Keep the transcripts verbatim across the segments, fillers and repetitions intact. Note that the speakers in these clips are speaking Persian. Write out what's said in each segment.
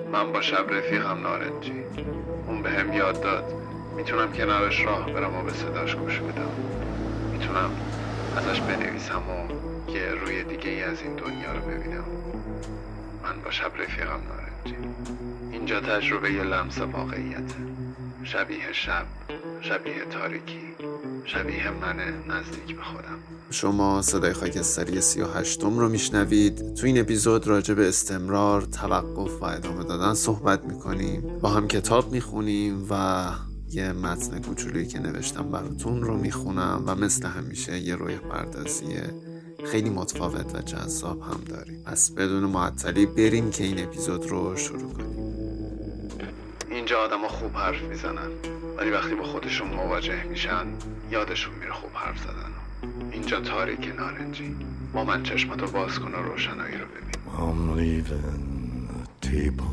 من با شب رفیقم نارنجی. اون به هم یاد داد میتونم کنارش راه برم و به صداش گوش بدم. میتونم ازش بنویسم و یه روی دیگه ای از این دنیا رو ببینم. من با شب رفیقم نارنجی. اینجا تجربه یه لمس واقعیته. شبیه شب، شبیه تاریکی، شبیه من نزدیک به خودم. شما صدای خاکستری سی و هشتم رو میشنوید. تو این اپیزود راجع به استمرار، توقف و ادامه دادن صحبت میکنیم. با هم کتاب میخونیم و یه متن کوچولویی که نوشتم براتون رو میخونم و مثل همیشه یه روی پردازی خیلی متفاوت و جذاب هم داریم. پس بدون معطلی بریم که این اپیزود رو شروع کنیم. اینجا آدم ها خوب حرف میزنن، ولی وقتی با خودشون مواجه میشن یادشون میره خوب حرف زدن. اینجا تاریک نارنجی. با من چشماتو باز کن و روشنایی رو ببین. I'm leaving the table.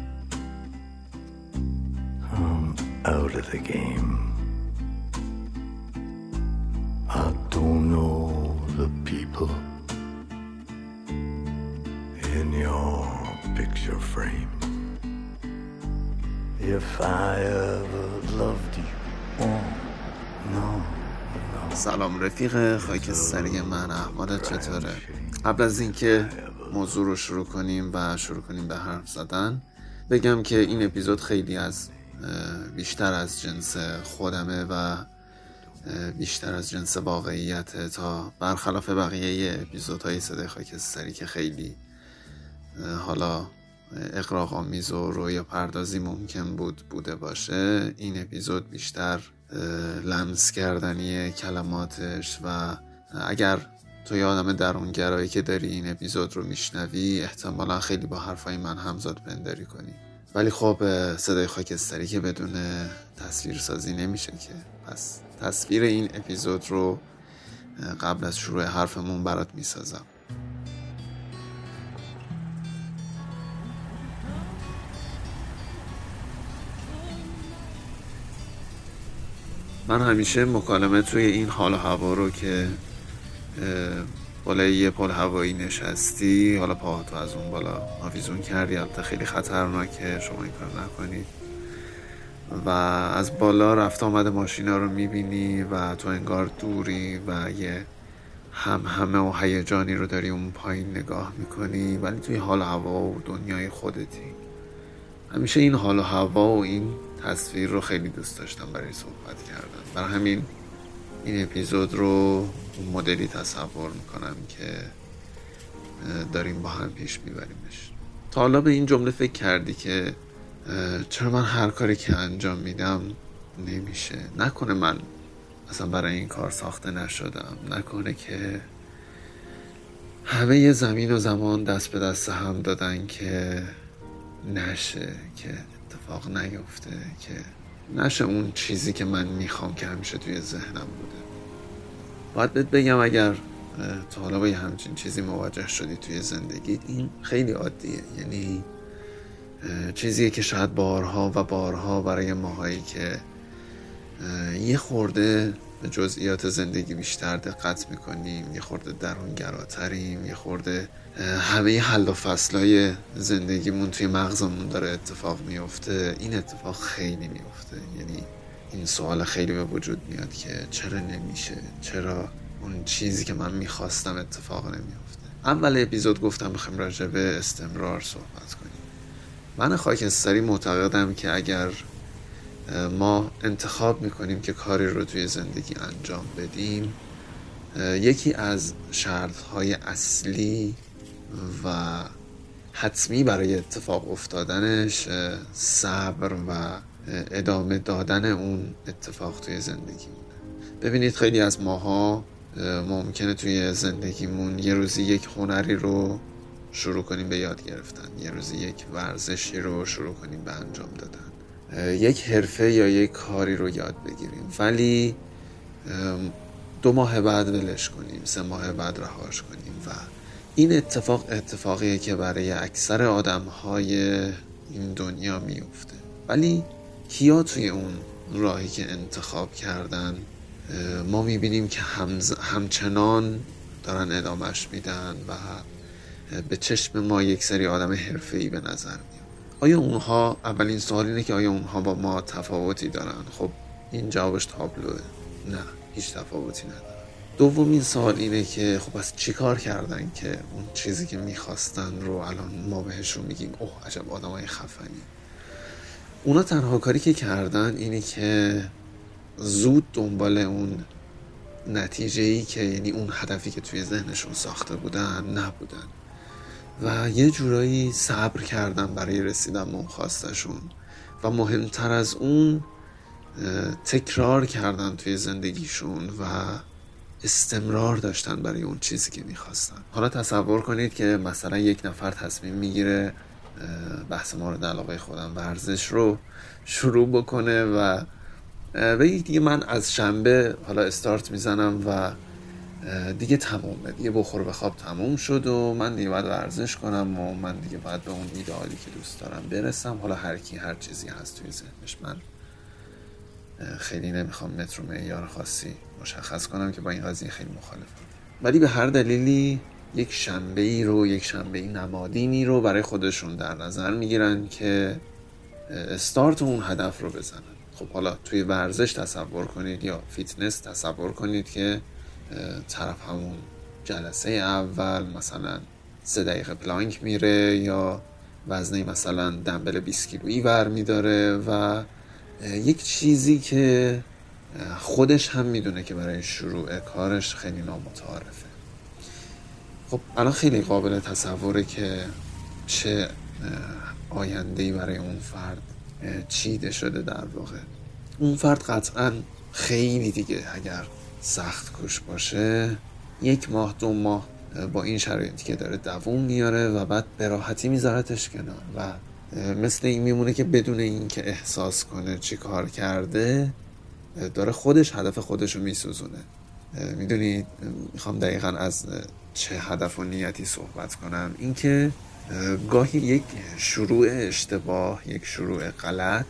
I'm out of the game. I don't know the people in your picture frame. If I ever loved you, oh no, no. سلام رفیق خاکستری من، احوالت چطوره؟ قبل از اینکه موضوع رو شروع کنیم و شروع کنیم به حرف زدن بگم که این اپیزود خیلی از بیشتر از جنس خودمه و بیشتر از جنس واقعیته، تا برخلاف بقیه اپیزودهای صدای خاکستری که خیلی حالا اغراق‌آمیز و رویا پردازی ممکن بود بوده باشه. این اپیزود بیشتر لمس کردنی کلماتش و اگر توی آدم درونگرایی که داری این اپیزود رو میشنوی احتمالا خیلی با حرفای من همزاد پنداری کنی، ولی خب صدای خاکستری که بدون تصویر سازی نمیشه که. پس تصویر این اپیزود رو قبل از شروع حرفمون برات میسازم. من همیشه مکالمه توی این حال و هوا رو که بالای یه پل هوایی نشستی، حالا پاهاتو از اون بالا آویزون کردی، البته خیلی خطرناکه شما این کار نکنید، و از بالا رفت آمد ماشینا رو میبینی و تو انگار دوری و یه هم همه و هیجانی رو داری اون پایین نگاه میکنی، ولی توی حال و هوا و دنیای خودتی. همیشه این حال و هوا و این تصویر رو خیلی دوست داشتم برای صحبت کردن، برای همین این اپیزود رو اون مدلی تصور میکنم که داریم با هم پیش میبریمش. تا حالا به این جمله فکر کردی که چرا من هر کاری که انجام میدم نمیشه؟ نکنه من اصلا برای این کار ساخته نشدم؟ نکنه که همه ی زمین و زمان دست به دست هم دادن که نشه، که اتفاق نیفته، که نشه اون چیزی که من میخوام که همیشه توی ذهنم بوده؟ باید بهت بگم اگر تا حالا با یه همچین چیزی مواجه شدی توی زندگیت، این خیلی عادیه. یعنی چیزیه که شاید بارها و بارها برای ماهایی که یه خورده به جزئیات زندگی بیشتر دقت میکنیم، یه خورده درونگراتریم، یه خورده همه حل و فصلای زندگیمون توی مغزمون داره اتفاق میفته، این اتفاق خیلی میفته. یعنی این سوال خیلی به وجود میاد که چرا نمیشه؟ چرا اون چیزی که من میخواستم اتفاق نمیفته؟ اول اپیزود گفتم بخوایم راجع به استمرار صحبت کنیم. من خاکستری معتقدم که اگر ما انتخاب میکنیم که کاری رو توی زندگی انجام بدیم، یکی از شرطهای اصلی و حتمی برای اتفاق افتادنش صبر و ادامه دادن اون اتفاق توی زندگیمونه. ببینید خیلی از ماها ممکنه توی زندگیمون یه روزی یک هنری رو شروع کنیم به یاد گرفتن، یه روزی یک ورزشی رو شروع کنیم به انجام دادن، یک حرفه یا یک کاری رو یاد بگیریم، ولی دو ماه بعد ولش کنیم، سه ماه بعد رهاش کنیم. و این اتفاق اتفاقیه که برای اکثر آدم‌های این دنیا میفته. ولی کیا توی اون راهی که انتخاب کردن ما میبینیم که همز... همچنان دارن ادامهش میدن و به چشم ما یک سری آدم حرفه‌ای به نظر میاد. آیا اونها، اولین سوال اینه که آیا اونها با ما تفاوتی دارن؟ خب این جوابش تابلوه، نه، هیچ تفاوتی ندارن. دومین سوال اینه که خب پس چی کار کردن که اون چیزی که میخواستن رو الان ما بهشون میگیم اوه عجب آدمای خفنی؟ اونا تنها کاری که کردن اینه که زود دنبال اون نتیجه‌ای که یعنی اون هدفی که توی ذهنشون ساخته بودن نبودن و یه جورایی صبر کردن برای رسیدن به اون خواستشون و مهمتر از اون تکرار کردن توی زندگیشون و استمرار داشتن برای اون چیزی که میخواستن. حالا تصور کنید که مثلا یک نفر تصمیم میگیره بحث مورد علاقه خودم ورزش رو شروع بکنه و بگید دیگه من از شنبه حالا استارت میزنم و دیگه تمومه، دیگه بخور بخواب تموم شد و من دیگه باید ورزش کنم و من دیگه باید به اون ایدئالی که دوست دارم برسم. حالا هر کی هر چیزی هست توی ذهنش، من خیلی نمیخوام متر و معیار خاصی مشخص کنم که با این قضیه خیلی مخالفم، ولی به هر دلیلی یک شنبه ای رو یک شنبه ای نمادینی رو برای خودشون در نظر میگیرن که استارت اون هدف رو بزنن. خب حالا توی ورزش تصور کنید یا فیتنس تصور کنید که طرف همون جلسه اول مثلا سه دقیقه پلانک میره یا وزنه مثلا دمبل بیست کیلویی ور میداره و یک چیزی که خودش هم میدونه که برای شروع کارش خیلی نامتعارفه. خب الان خیلی قابل تصوره که چه آینده‌ای برای اون فرد چیده شده. در واقع اون فرد قطعاً خیلی دیگه اگر سخت کش باشه یک ماه دو ماه با این شرایطی که داره دووم میاره و بعد به راحتی میذارتش کنار و مثل این میمونه که بدون این که احساس کنه چی کار کرده داره خودش هدف خودشو میسوزونه. میدونید میخوام دقیقاً از چه هدف و نیتی صحبت کنم؟ این که گاهی یک شروع اشتباه، یک شروع غلط،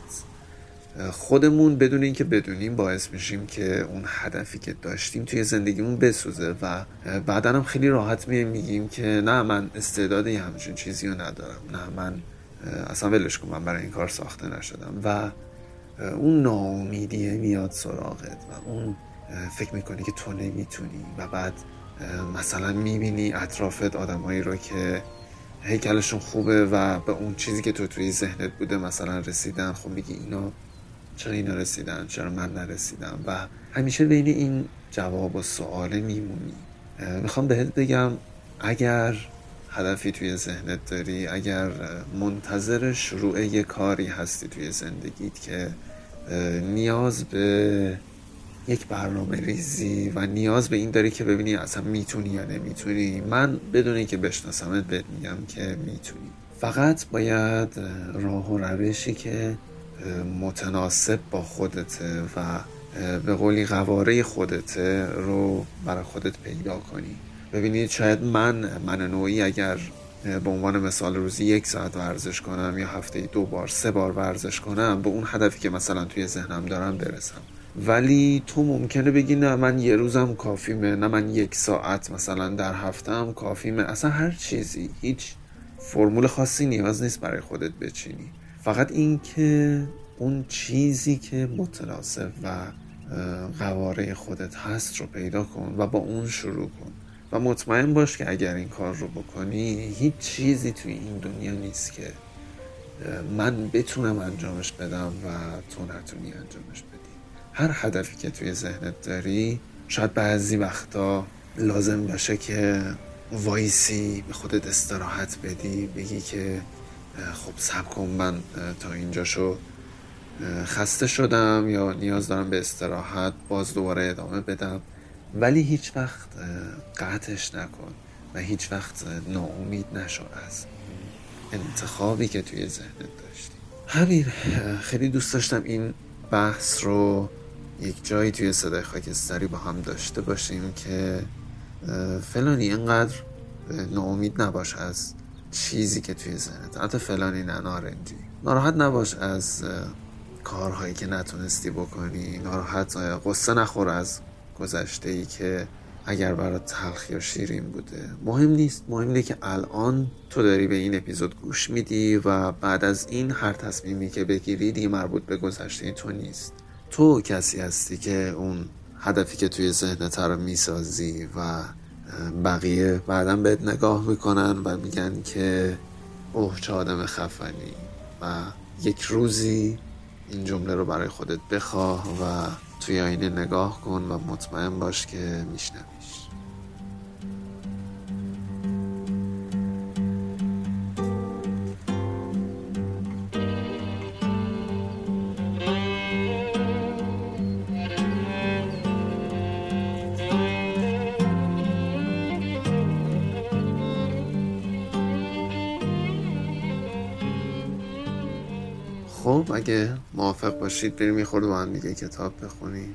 خودمون بدون این که بدونیم باعث میشیم که اون هدفی که داشتیم توی زندگیمون بسوزه و بعداً هم خیلی راحت میگیم که نه من استعدادی همچین چیزی رو ندارم، نه من اصلا ولش کن، من برای این کار ساخته نشدم و اون ناامیدیه میاد سراغت و اون فکر میکنی که تو نمیتونی و بعد مثلا میبینی اطرافت آدمایی رو که هیکلشون خوبه و به اون چیزی که تو توی ذهنت بوده مثلا رسیدن. خب میگی اینا چرا اینا رسیدن، چرا من نرسیدم؟ و همیشه بین این جواب و سوال میمونی. میخوام بهت بگم اگر هدفی توی ذهنت داری، اگر منتظر شروع یه کاری هستی توی زندگیت که نیاز به یک برنامه ریزی و نیاز به این داری که ببینی اصلا میتونی یا نمیتونی، من بدون اینکه بشناسمت بهت میگم که میتونی. فقط باید راه و روشی که متناسب با خودته و به قولی قواره خودته رو برای خودت پیدا کنی. ببینید شاید من من نوعی اگر به عنوان مثال روزی یک ساعت ورزش کنم یا هفته دو بار سه بار ورزش کنم به اون هدفی که مثلا توی ذهنم دارم برسم، ولی تو ممکنه بگی نه من یه روزم کافیمه، نه من یک ساعت مثلا در هفته‌ام کافیمه. اصلا هر چیزی، هیچ فرمول خاصی نیاز نیست برای خودت بچینی، فقط این که اون چیزی که متناسب و قواره خودت هست رو پیدا کن و با اون شروع کن و مطمئن باش که اگر این کار رو بکنی هیچ چیزی توی این دنیا نیست که من بتونم انجامش بدم و تو نتونی انجامش بدی. هر هدفی که توی ذهنت داری شاید بعضی وقتا لازم باشه که وایسی به خودت استراحت بدی، بگی که خب صبر کن من تا اینجاشو خسته شدم یا نیاز دارم به استراحت، باز دوباره ادامه بدم، ولی هیچ وقت قطعش نکن و هیچ وقت ناامید نشو از انتخابی که توی ذهنت داشتی. همین، خیلی دوست داشتم این بحث رو یک جایی توی صدای خاکستری با هم داشته باشیم که فلانی اینقدر ناامید نباش از چیزی که توی ذهنت، حتی فلانی نه نارنجی، ناراحت نباش از کارهایی که نتونستی بکنی، ناراحت قصه نخور از گذشته‌ای که اگر برات تلخ یا شیرین بوده مهم نیست. مهم اینه که الان تو داری به این اپیزود گوش میدی و بعد از این هر تصمیمی که بگیری دیگه مربوط به گذشته تو نیست. تو کسی هستی که اون هدفی که توی ذهنت رو میسازی و بقیه بعدم بهت نگاه میکنن و میگن که اوه چه آدم خفنی و یک روزی این جمله رو برای خودت بخواه و توی آینه نگاه کن و مطمئن باش که میشنویش. خب اگه موافق باشید بریم یه خورده با هم دیگه کتاب بخونیم.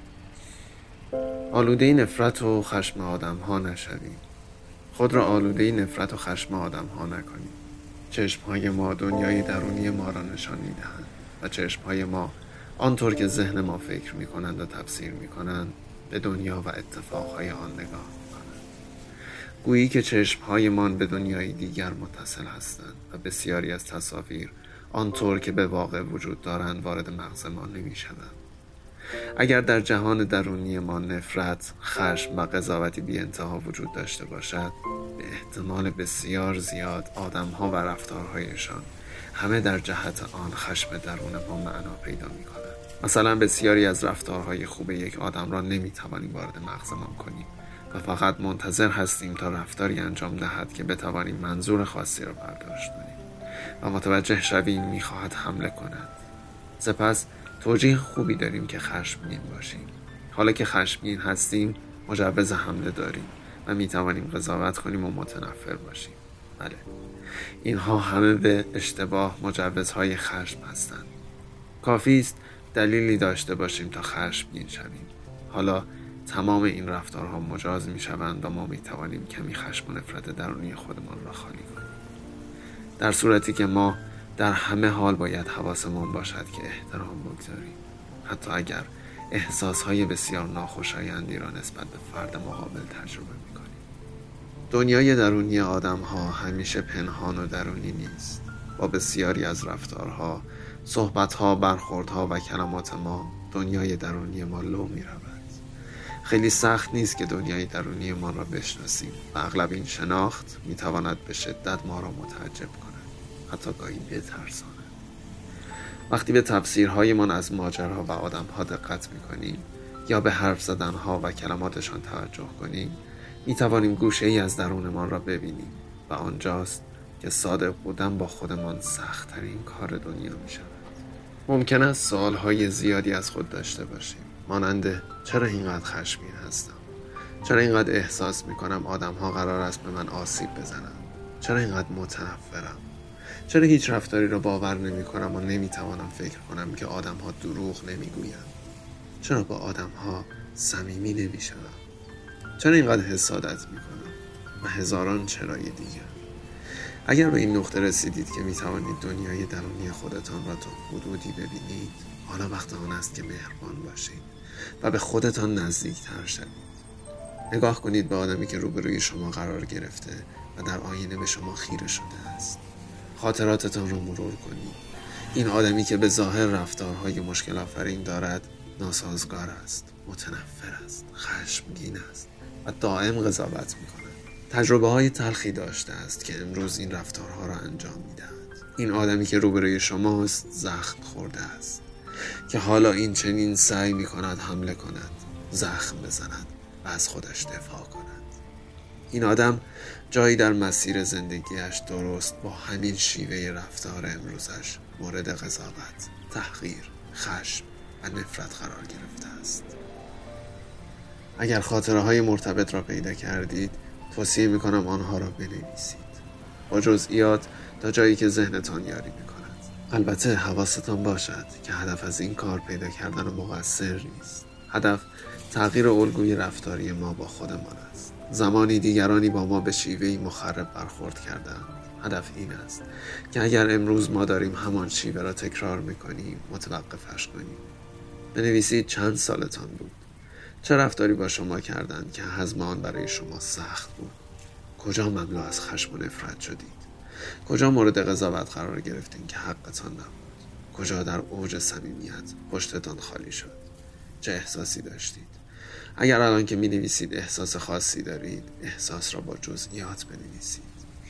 آلوده نفرت و خشم آدم ها نشویم. خود را آلوده نفرت و خشم آدم ها نکنیم. چشم های ما دنیای درونی ما را نشان می دهند و چشم های ما آنطور که ذهن ما فکر می کنند و تفسیر می کنند به دنیا و اتفاقهای آن نگاه می کنند. گویی که چشم های ما به دنیای دیگر متصل هستند و بسیاری از تصاویر آنطور که به واقع وجود دارند وارد مغز ما نمی شوند. اگر در جهان درونی ما نفرت، خشم و قضاوتی بی انتها وجود داشته باشد، به احتمال بسیار زیاد آدم‌ها و رفتارهایشان همه در جهت آن خشم درون ما معنا پیدا می کنند. مثلا بسیاری از رفتارهای خوب یک آدم را نمی توانیم وارد مغزمان کنیم و فقط منتظر هستیم تا رفتاری انجام دهد که بتوانیم منظور خاصی را برداشت کنیم و متوجه شویم می‌خواهد حمله کند. سپس توجیه خوبی داریم که خشمگین باشیم. حالا که خشمگین هستیم مجوز حمله داریم و می‌توانیم قضاوت کنیم و متنفر باشیم. بله، اینها همه به اشتباه مجوزهای خشم هستند. کافی است دلیلی داشته باشیم تا خشمگین شویم. حالا تمام این رفتارها مجاز می‌شوند و ما می‌توانیم کمی خشم و نفرت درونی خودمان را خالی کنیم. در صورتی که ما در همه حال باید حواسمون باشد که احترام بگذاریم، حتی اگر احساسهای بسیار ناخوشایندی را نسبت به فرد مقابل تجربه می‌کنیم. دنیای درونی آدم‌ها همیشه پنهان و درونی نیست. با بسیاری از رفتارها، صحبت‌ها، برخوردها و کلمات ما دنیای درونی ما لو می‌رود. خیلی سخت نیست که دنیای درونی ما را بشناسیم و اغلب این شناخت می‌تواند به شدت ما را متعجب کند، حتی گاهی بترساند. وقتی به تفسیرهایمان از ماجراها و آدم‌ها دقت می‌کنیم یا به حرف زدنها و کلماتشان توجه کنیم، می‌توانیم گوشه‌ای از درونمان را ببینیم و آنجاست که صادق بودن با خودمان سخت‌ترین کار دنیا می‌شود. ممکن است سوال‌های زیادی از خود داشته باشیم، مانند چرا اینقدر خشمگین هستم؟ چرا اینقدر احساس میکنم آدم ها قرار است به من آسیب بزنن؟ چرا اینقدر متنفرم؟ چرا هیچ رفتاری را باور نمی کنم و نمی توانم فکر کنم که آدم ها دروغ نمی گویند؟ چرا با آدم ها صمیمی نمی شدم؟ چرا اینقدر حسادت می کنم؟ و هزاران چرای دیگر. اگر به این نقطه رسیدید که می توانید دنیای درونی خودتان را تا حدودی ببینید، حالا وقت آن است که مهربان باشید و به خودتان نزدیکتر شوید. نگاه کنید به آدمی که روبروی شما قرار گرفته و در آینه به شما خیره شده است. خاطراتتان را مرور کنید. این آدمی که به ظاهر رفتارهای مشکل آفرین دارد ناسازگار است، متنفر است، خشمگین است و دائم قضاوت می‌کند. تجربه های تلخی داشته است که امروز این رفتارها را انجام می‌دهد. این آدمی که روبروی شماست زخم خورده است که حالا این چنین سعی می‌کند حمله کند، زخم بزند و از خودش دفاع کند. این آدم جایی در مسیر زندگیش درست با همین شیوه رفتار امروزش مورد قضاوت، تحقیر، خشم و نفرت قرار گرفته است. اگر خاطره های مرتبط را پیدا کردید، توصیه می‌کنم آنها را بنویسید، با جزئیات تا جایی که ذهنتان یاری می‌کند. البته حواستان باشد که هدف از این کار پیدا کردن مقصر نیست. هدف تغییر الگوی رفتاری ما با خودمان است. زمانی دیگرانی با ما به شیوهی مخرب برخورد کردند. هدف این است که اگر امروز ما داریم همان شیوه را تکرار می‌کنیم، متوقفش کنیم. بنویسید چند سالتان بود، چه رفتاری با شما کردند که هضم آن برای شما سخت بود؟ کجا مملو از خشم و نفرت شدید؟ کجا مورد قضاوت قرار گرفتین که حقتان نبود؟ کجا در اوج صمیمیت پشتتان خالی شد؟ چه احساسی داشتید؟ اگر الان که می نویسید احساس خاصی دارید، احساس را با جزئیات بنویسید.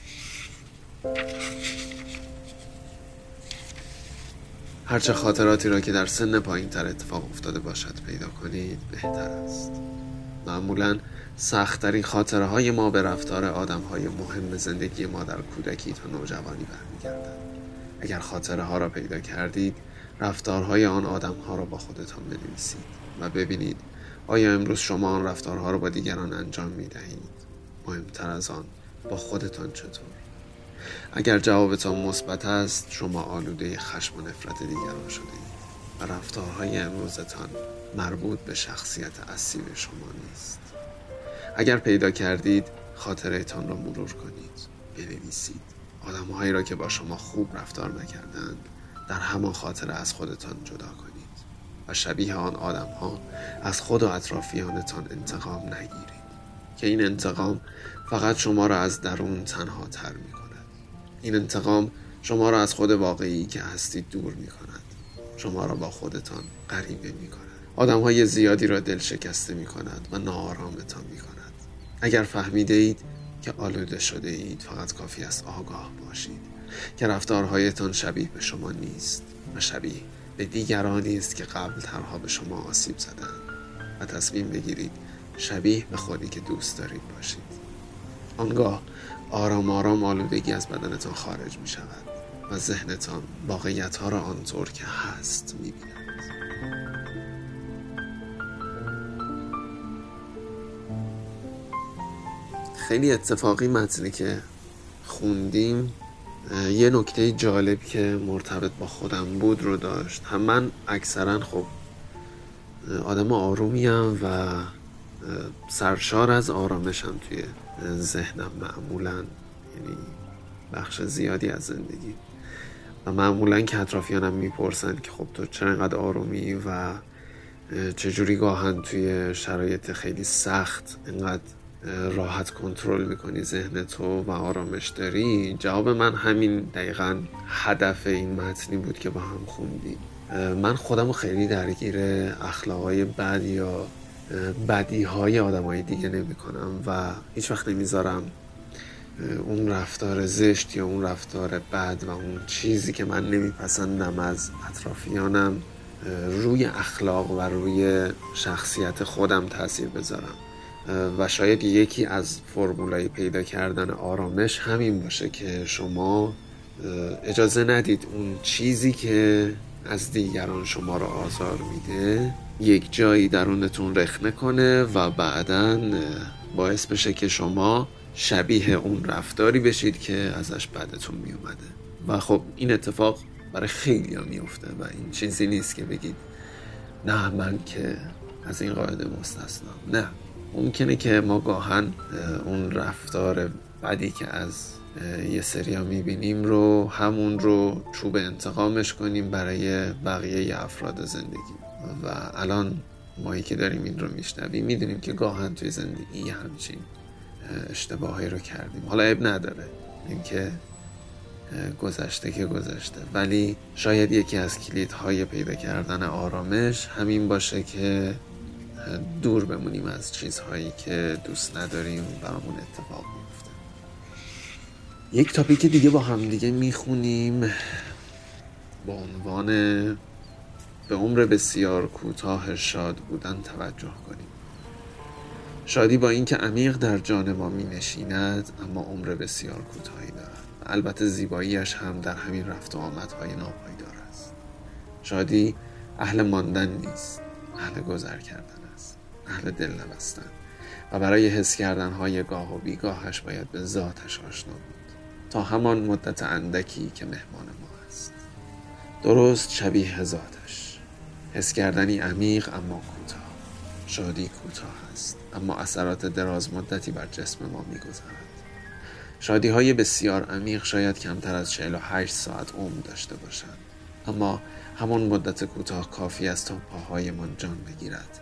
هرچه خاطراتی را که در سن پایین تر اتفاق افتاده باشد پیدا کنید بهتر است. معمولاً سخت‌ترین خاطره های ما به رفتار آدم های مهم زندگی ما در کودکی تا نوجوانی برمیگردند. اگر خاطره ها را پیدا کردید، رفتارهای آن آدم ها را با خودتان بنویسید و ببینید آیا امروز شما آن رفتارها را با دیگران انجام می دهید؟ مهمتر از آن با خودتان چطور؟ اگر جوابتان مثبت است، شما آلوده خشم و نفرت دیگران شده اید و رفتارهای امروزتان مربوط به شخصیت اصیل شما نیست. اگر پیدا کردید، خاطره تان را مرور کنید، بنویسید. آدم‌هایی را که با شما خوب رفتار نکردند، در همان خاطره از خودتان جدا کنید و شبیه آن آدم‌ها از خود و اطرافیانتان انتقام نگیرید که این انتقام فقط شما را از درون تنها تر می کند. این انتقام شما را از خود واقعی که هستید دور می کند. شما را با خودتان غریبه می کند. آدم‌های زیادی را دل شکسته می کند و ناآرامتان می کند. اگر فهمیده اید که آلوده شده اید، فقط کافی است آگاه باشید که رفتارهایتان شبیه به شما نیست و شبیه به دیگرانی است که قبل ترها به شما آسیب زدند و تصمیم بگیرید شبیه به خودی که دوست دارید باشید. آنگاه آرام آرام آلودگی از بدنتان خارج می شود و ذهنتان واقعیت‌ها را آنطور که هست می بیند. خیلی اتفاقی متنی که خوندیم یه نکته جالب که مرتبط با خودم بود رو داشت. هم من اکثرا خب آدم آرومیم و سرشار از آرامشم توی ذهنم معمولا، یعنی بخش زیادی از زندگی، و معمولا که اطرافیانم میپرسن که خب تو چرا اینقدر آرومی و چجوری گاهن توی شرایط خیلی سخت اینقدر راحت کنترل میکنی ذهنتو و آرامش داری، جواب من همین دقیقاً هدف این متنی بود که با هم خوندیم. من خودمو خیلی درگیر اخلاقای بد یا بدیهای آدمای دیگه نمی کنم و هیچ وقت نمیذارم اون رفتار زشت یا اون رفتار بد و اون چیزی که من نمیپسندم از اطرافیانم روی اخلاق و روی شخصیت خودم تاثیر بذارم. و شاید یکی از فرمولای پیدا کردن آرامش همین باشه که شما اجازه ندید اون چیزی که از دیگران شما رو آزار میده یک جایی درونتون رخنه کنه و بعداً باعث بشه که شما شبیه اون رفتاری بشید که ازش بدتون میومده. و خب این اتفاق برای خیلی ها میفته و این چیزی نیست که بگید نه من که از این قاعده مستثنام. نه، ممکنه که ما گاهن اون رفتار بدی که از یه سریا میبینیم رو همون رو چوب انتقامش کنیم برای بقیه افراد زندگی. و الان مایی که داریم این رو میشنویم میدونیم که گاهن توی زندگی همچین اشتباهی رو کردیم. حالا عیب نداره، این که گذشته که گذشته، ولی شاید یکی از کلیدهای پیدا کردن آرامش همین باشه که دور بمونیم از چیزهایی که دوست نداریم برامون اتفاق میفته. یک تاپیک دیگه با هم دیگه میخونیم با عنوان به عمر بسیار کوتاه شاد بودن توجه کنیم. شادی با این که عمیق در جان ما می نشیند اما عمر بسیار کوتاهی دارد. البته زیباییش هم در همین رفت و آمدهای ناپایدار است. شادی اهل ماندن نیست، اهل گذر کردن است، اهل دل نبستن و برای حس کردنهای گاه و بیگاهش باید به ذاتش آشنا بود تا همان مدت اندکی که مهمان ما است. درست شبیه ذاتش، حس کردنی عمیق اما کوتاه. شادی کوتاه است اما اثرات دراز مدتی بر جسم ما می‌گذارد. شادی های بسیار عمیق شاید کمتر از چهل و هشت ساعت عمر داشته باشند، اما همان مدت کوتاه کافی است تا پاهایمان جان بگیرد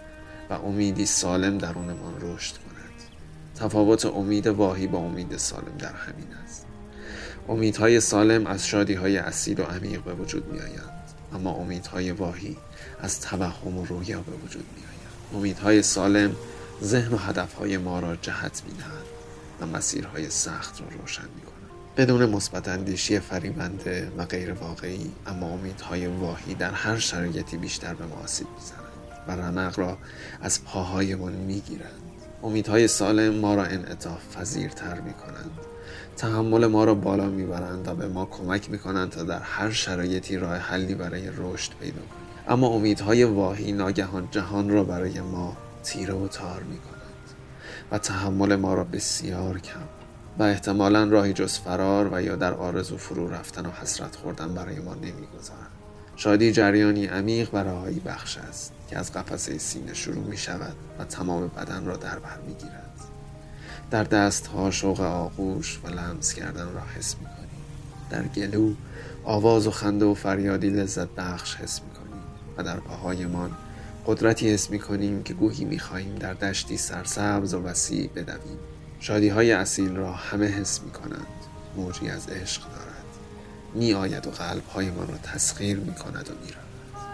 و امیدی سالم درونمان رشد کند. تفاوت امید واهی با امید سالم در همین است. امیدهای سالم از شادیهای اصیل و عمیق به وجود می آیند، اما امیدهای واهی از توهم و رویا به وجود می آیند. امیدهای سالم ذهن و هدفهای ما را جهت می دهند و مسیرهای سخت را روشن می کنند. بدون مثبت اندیشی فریبنده و غیر واقعی، اما امیدهای واهی در هر شرایطی بیشتر به ما آسیب می زنند و رمق را از پاهایمان می گیرند. امیدهای سالم ما را انعطاف پذیرتر می کنند، تحمل ما را بالا می برند و به ما کمک می کنند تا در هر شرایطی راه حلی برای رشد پیدا کنیم. اما امیدهای واهی ناگهان جهان را برای ما تیره و تار می کنند و تحمل ما را بسیار کم و احتمالاً راهی جز فرار و یا در آرزو فرو رفتن و حسرت خوردن برای ما نمی گذارند. شادی جریانی عمیق و رهایی بخش است که از قفسه سینه شروع می شود و تمام بدن را در بر می گیرد. در دستها شوق آغوش و لمس کردن را حس می کنیم. در گلو آواز و خنده و فریادی لذت بخش حس می کنیم و در پاهایمان قدرتی حس می کنیم که گویی می خواهیم در دشتی سرسبز و وسیع بدویم. شادی های اصیل را همه حس می کنند. موجی از عشق دارد، می آید و قلب های ما را تسخیر می کند و می رود.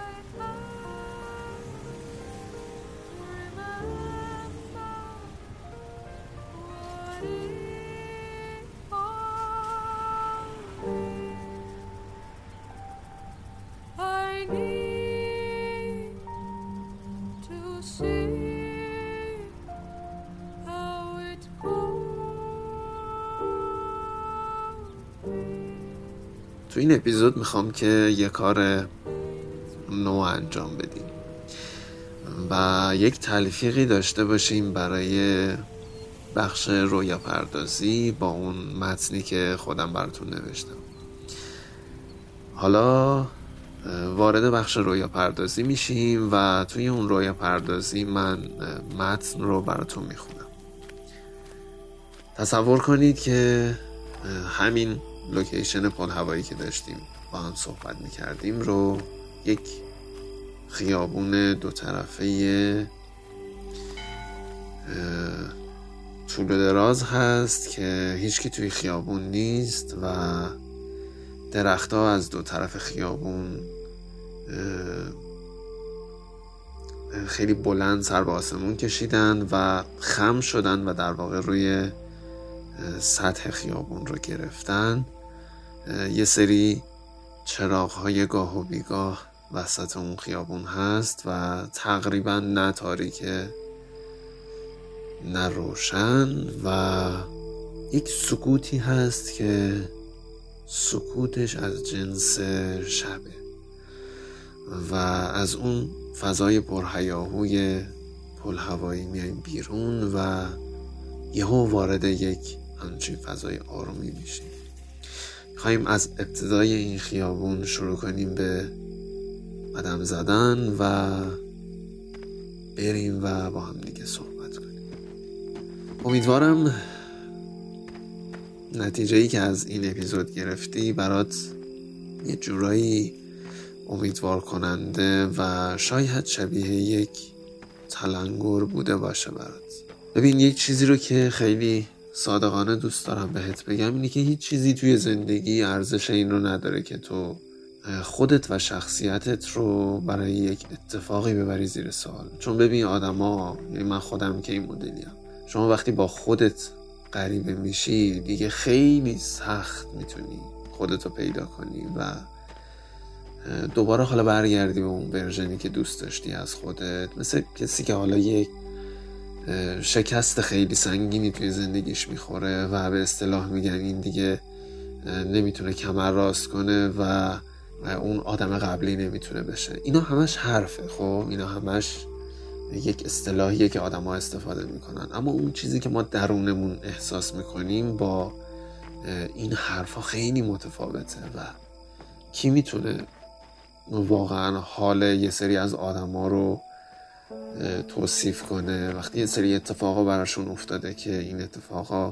تو این اپیزود میخوام که یه کار نو انجام بدیم و یک تلفیقی داشته باشیم برای بخش رویا پردازی با اون متنی که خودم براتون نوشتم. حالا وارد بخش رویا پردازی میشیم و توی اون رویا پردازی من متن رو براتون میخونم. تصور کنید که همین لوکیشن پل هوایی که داشتیم با هم صحبت میکردیم رو یک خیابون دو طرفه طول و دراز هست که هیچکی توی خیابون نیست و درخت‌ها از دو طرف خیابون خیلی بلند سر به آسمون کشیدن و خم شدن و در واقع روی سطح خیابون رو گرفتن. یه سری چراغ‌های گاه و بیگاه وسط اون خیابون هست و تقریبا نه تاریکه نه روشن و یک سکوتی هست که سکوتش از جنس شبه و از اون فضای پرهیاهوی پل هوایی میایم بیرون و یهو وارد یک همچین فضای آرومی میشیم. میخواییم از ابتدای این خیابون شروع کنیم به قدم زدن و بریم و با هم دیگه صحبت کنیم. امیدوارم نتیجه‌ای که از این اپیزود گرفتی برات یه جورایی امیدوار کننده و شاید شبیه یک تلنگر بوده باشه برات. ببین، یک چیزی رو که خیلی صادقانه دوست دارم بهت بگم اینه که هیچ چیزی توی زندگی ارزش این رو نداره که تو خودت و شخصیتت رو برای یک اتفاقی ببری زیر سوال. چون ببین آدم ها، یعنی من خودم که این مدلیم، شما وقتی با خودت غریبه میشی دیگه خیلی سخت میتونی خودتو پیدا کنی و دوباره حالا برگردی به اون ورژنی که دوست داشتی از خودت. مثل کسی که حالا یک شکست خیلی سنگینی توی زندگیش میخوره و به اصطلاح میگن این دیگه نمیتونه کمر راست کنه و اون آدم قبلی نمیتونه بشه. اینا همش حرفه، خب اینا همش یک اصطلاحیه که آدم ها استفاده میکنن، اما اون چیزی که ما درونمون احساس میکنیم با این حرفا خیلی متفاوته و کی میتونه واقعا حال یه سری از آدم ها رو توصیف کنه وقتی یه سری اتفاقا براشون افتاده که این اتفاقا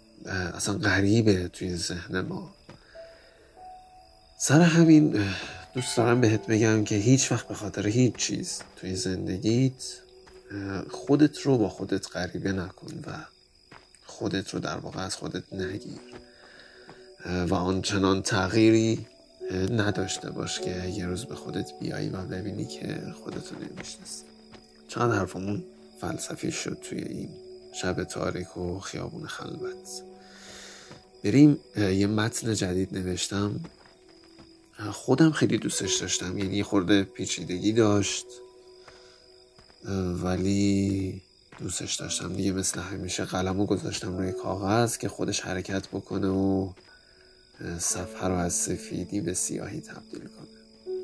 اصلا غریبه توی ذهن ما. سر همین دوست دارم بهت بگم که هیچ وقت به خاطر هیچ چیز توی زندگیت خودت رو با خودت غریبه نکن و خودت رو در واقع از خودت نگیر و آنچنان تغییری نداشته باش که یه روز به خودت بیایی و ببینی که خودتو نمیشناسی. چقدر حرفمون فلسفی شد توی این شب تاریک و خیابون خلوت. بریم. یه متن جدید نوشتم، خودم خیلی دوستش داشتم، یعنی خورده پیچیدگی داشت ولی دوستش داشتم دیگه. مثل همیشه قلمو گذاشتم روی کاغذ که خودش حرکت بکنه و صفحه رو از سفیدی به سیاهی تبدیل کنه.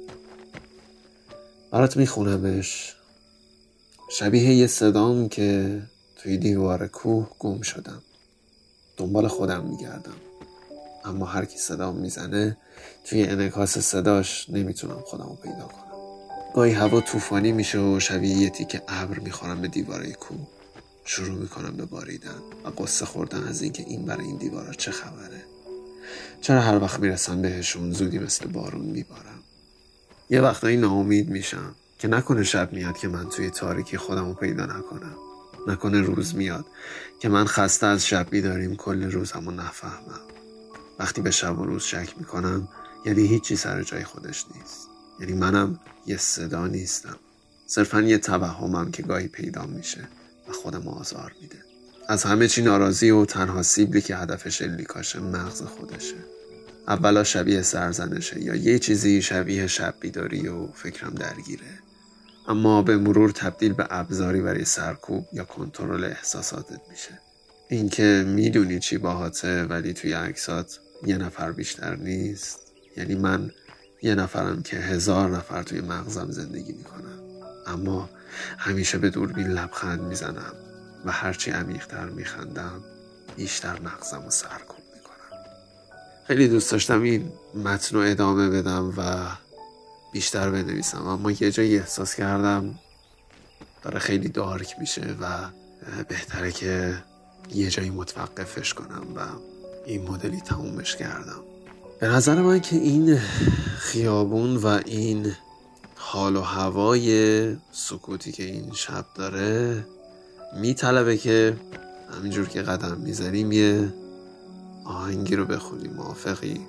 برات میخونمش. شبیه یه صدام که توی دیوار کوه گم شدم، دنبال خودم میگردم، اما هر کی صدام میزنه توی انعکاس صداش نمیتونم خودم رو پیدا کنم. گاهی هوا طوفانی میشه و شبیه یه تیکه ابر میخورم به دیواره کوه. شروع میکنم به باریدن و قصه خوردن از اینکه این برای این دیوارا چه خبره، چرا هر وقت میرسم بهشون زودی مثل بارون میبارم. یه وقتایی ناامید میشم که نکنه شب میاد که من توی تاریکی خودم رو پیدا نکنم، نکنه روز میاد که من خسته از شب بیداریم کل روزمو نفهمم. وقتی به شب و روز شک میکنم یعنی هیچی سر جای خودش نیست، یعنی منم یه صدا نیستم، صرفا یه توهمم که گاهی پیدا میشه و خودم آزار میده. از همه چی ناراضی و تنها سیبلی که هدفش الیکاشه مغز خودشه. اولا شبیه سرزنشه یا یه چیزی شبیه شب بیداری و فکرم درگیره، اما به مرور تبدیل به ابزاری برای سرکوب یا کنترل احساساتت میشه. اینکه میدونی چی باهاته ولی توی عکسات یه نفر بیشتر نیست، یعنی من یه نفرم که هزار نفر توی مغزم زندگی میکنم، اما همیشه به دوربین لبخند میزنم و هرچی عمیق‌تر میخندم بیشتر مغزم رو سرکوب میکنم. خیلی دوست داشتم این متن رو ادامه بدم و بیشتر بنویسم، اما یه جایی احساس کردم داره خیلی دارک میشه و بهتره که یه جایی متوقفش کنم و این مدلی تمومش کردم. به نظر من که این خیابون و این حال و هوای سکوتی که این شب داره میطلبه که همینجور که قدم میزنیم یه آهنگی رو بخونیم. موافقی؟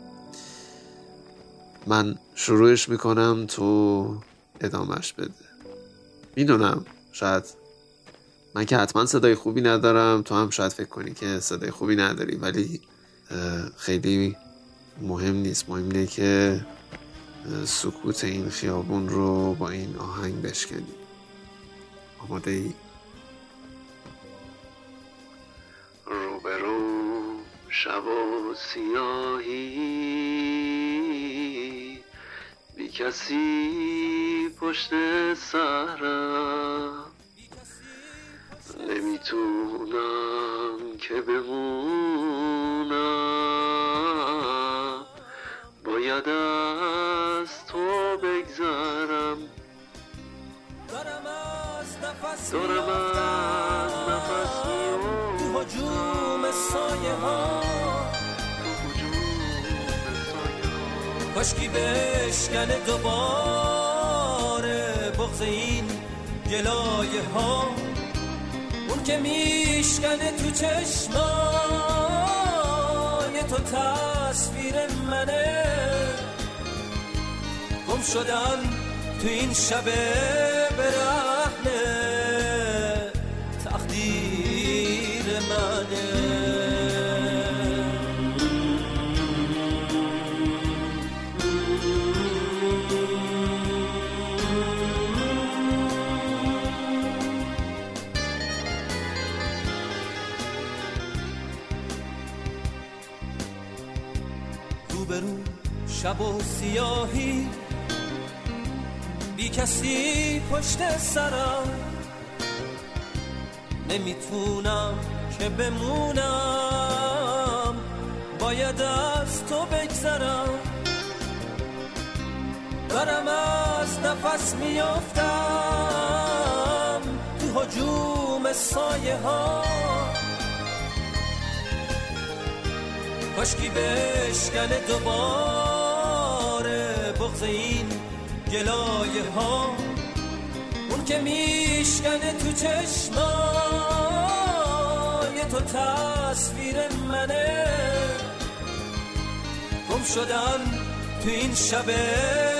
من شروعش میکنم، تو ادامهش بده. میدونم شاید من که حتما صدای خوبی ندارم، تو هم شاید فکر کنی که صدای خوبی نداری، ولی خیلی مهم نیست. مهم اینه که سکوت این خیابون رو با این آهنگ بشکنی. آماده ای؟ روبرو شب و سیاهی، بی کسی پشت سرم، نمیتونم که بمونم، باید از تو بگذرم، دارم از نفس میفتم تو هجوم سایه ها، کاشکی بشکنه دوباره بغض این گلایه ها، اون که میشکنه تو چشمای تو تصویر منه، گم شدن تو این شب برهنه تقدیر منه. روبرو شب و سیاهی، بی کسی پشت سرم، نمیتونم که بمونم، باید از تو بگذرم، دارم از نفس میافتم تو هجوم سایه ها، کاشکی بشکنه دوباره بغض این گلایه ها، اون که میشکنه تو چشمای تو تصویر منه. گم شدم تو این شب